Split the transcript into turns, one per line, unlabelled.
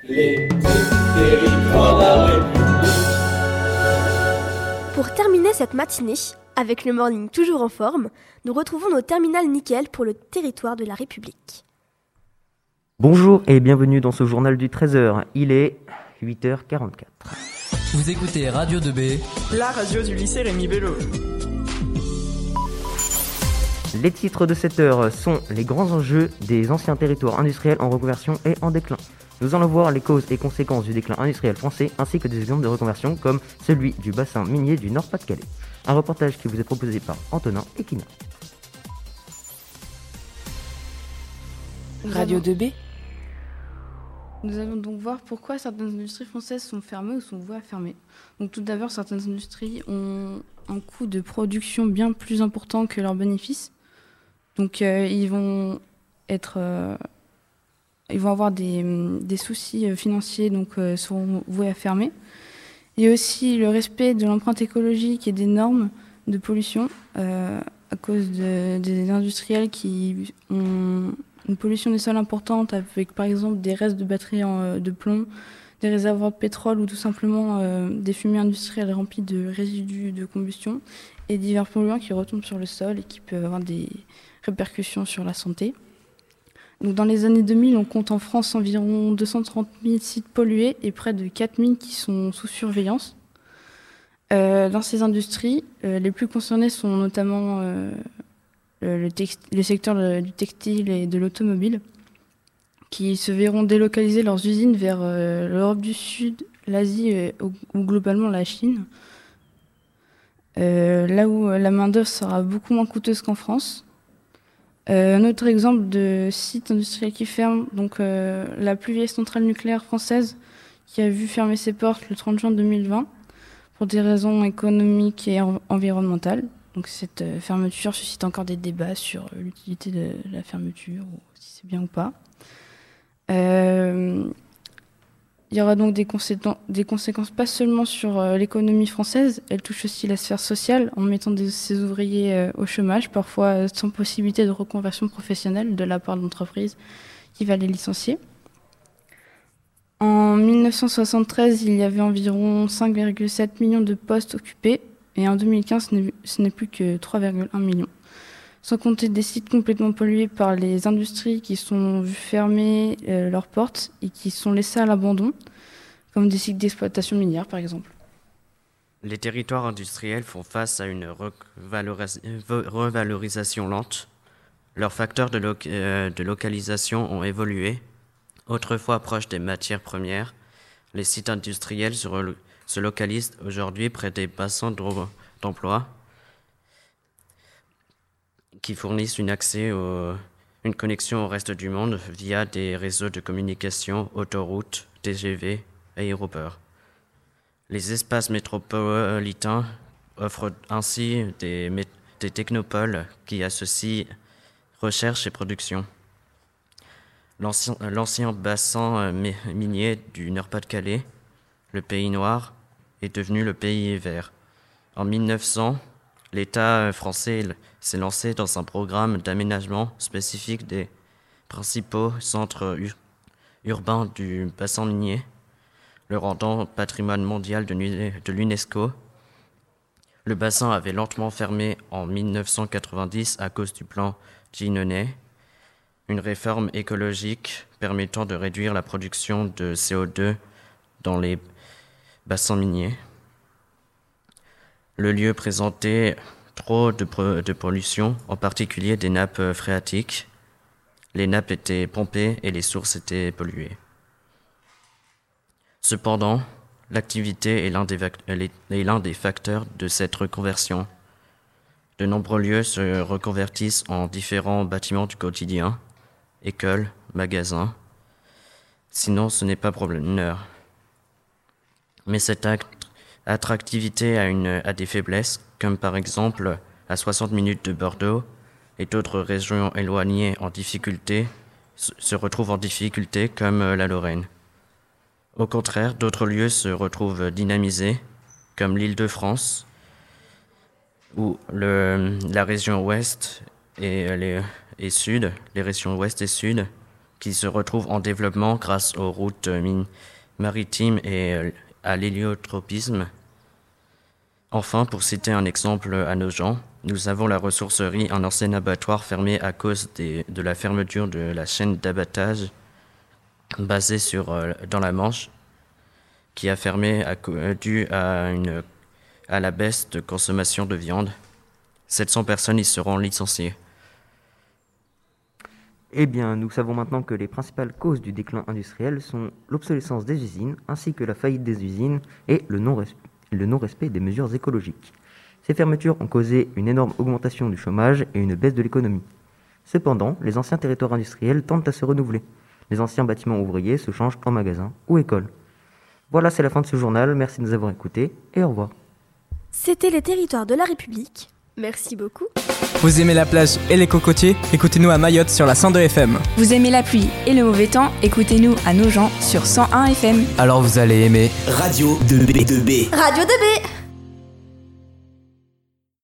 Les territoires de la République.
Pour terminer cette matinée, avec le morning toujours en forme, nous retrouvons nos terminales nickel pour le territoire de la République.
Bonjour et bienvenue dans ce journal du 13h. Il est 8h44.
Vous écoutez Radio 2B,
la radio du lycée Rémi Bello.
Les titres de cette heure sont les grands enjeux des anciens territoires industriels en reconversion et en déclin. Nous allons voir les causes et conséquences du déclin industriel français ainsi que des exemples de reconversion comme celui du bassin minier du Nord-Pas-de-Calais. Un reportage qui vous est proposé par Antonin Equina.
Radio 2B.
Nous allons donc voir pourquoi certaines industries françaises sont fermées ou sont vouées à fermer. Donc tout d'abord, certaines industries ont un coût de production bien plus important que leurs bénéfices. Donc ils vont avoir des soucis financiers, donc seront voués à fermer. Il y a aussi le respect de l'empreinte écologique et des normes de pollution à cause des industriels qui ont une pollution des sols importante avec par exemple des restes de batteries de plomb, des réservoirs de pétrole ou tout simplement des fumées industrielles remplies de résidus de combustion et divers polluants qui retombent sur le sol et qui peuvent avoir des répercussions sur la santé. Donc dans les années 2000, on compte en France environ 230 000 sites pollués et près de 4 000 qui sont sous surveillance. Dans ces industries, les plus concernées sont notamment le secteur du textile et de l'automobile, qui se verront délocaliser leurs usines vers l'Europe du Sud, l'Asie ou globalement la Chine, là où la main-d'œuvre sera beaucoup moins coûteuse qu'en France. Un autre exemple de site industriel qui ferme, donc la plus vieille centrale nucléaire française qui a vu fermer ses portes le 30 juin 2020 pour des raisons économiques et environnementales. Donc cette fermeture suscite encore des débats sur l'utilité de la fermeture, ou si c'est bien ou pas. Il y aura donc des conséquences pas seulement sur l'économie française, elle touche aussi la sphère sociale en mettant ces ouvriers au chômage, parfois sans possibilité de reconversion professionnelle de la part de l'entreprise qui va les licencier. En 1973, il y avait environ 5,7 millions de postes occupés et en 2015, ce n'est plus que 3,1 millions. Sans compter des sites complètement pollués par les industries qui sont vues fermer leurs portes et qui sont laissés à l'abandon, comme des sites d'exploitation minière par exemple.
Les territoires industriels font face à une revalorisation lente. Leurs facteurs de localisation ont évolué. Autrefois proches des matières premières, les sites industriels se localisent aujourd'hui près des bassins d'emploi qui fournissent une connexion au reste du monde via des réseaux de communication, autoroutes, TGV, aéroports. Les espaces métropolitains offrent ainsi des technopoles qui associent recherche et production. L'ancien bassin minier du Nord-Pas-de-Calais, le Pays Noir, est devenu le Pays Vert. En 1900, l'État français s'est lancé dans un programme d'aménagement spécifique des principaux centres urbains du bassin minier, le rendant patrimoine mondial de l'UNESCO. Le bassin avait lentement fermé en 1990 à cause du plan Giannone, une réforme écologique permettant de réduire la production de CO2 dans les bassins miniers. Le lieu présentait trop de pollution, en particulier des nappes phréatiques. Les nappes étaient pompées et les sources étaient polluées. Cependant, l'activité est l'un des facteurs de cette reconversion. De nombreux lieux se reconvertissent en différents bâtiments du quotidien, écoles, magasins. Sinon, ce n'est pas mineur. Mais cette attractivité a des faiblesses, comme par exemple à 60 minutes de Bordeaux et d'autres régions éloignées en difficulté se retrouvent en difficulté comme la Lorraine. Au contraire, d'autres lieux se retrouvent dynamisés, comme l'Île-de-France, où la région ouest et sud, les régions ouest et sud, qui se retrouvent en développement grâce aux routes maritimes et à l'héliotropisme. Enfin, pour citer un exemple à Nogent, nous avons la ressourcerie, un ancien abattoir fermé à cause de la fermeture de la chaîne d'abattage basée dans la Manche, qui a fermé dû à la baisse de consommation de viande. 700 personnes y seront licenciées.
Eh bien, nous savons maintenant que les principales causes du déclin industriel sont l'obsolescence des usines, ainsi que la faillite des usines et le non-respect des mesures écologiques. Ces fermetures ont causé une énorme augmentation du chômage et une baisse de l'économie. Cependant, les anciens territoires industriels tendent à se renouveler. Les anciens bâtiments ouvriers se changent en magasins ou écoles. Voilà, c'est la fin de ce journal. Merci de nous avoir écoutés et au revoir.
C'était les territoires de la République. Merci beaucoup.
Vous aimez la plage et les cocotiers? Écoutez-nous à Mayotte sur la 102 FM.
Vous aimez la pluie et le mauvais temps? Écoutez-nous à Nogent sur 101 FM.
Alors vous allez aimer
Radio 2B.
Radio 2B.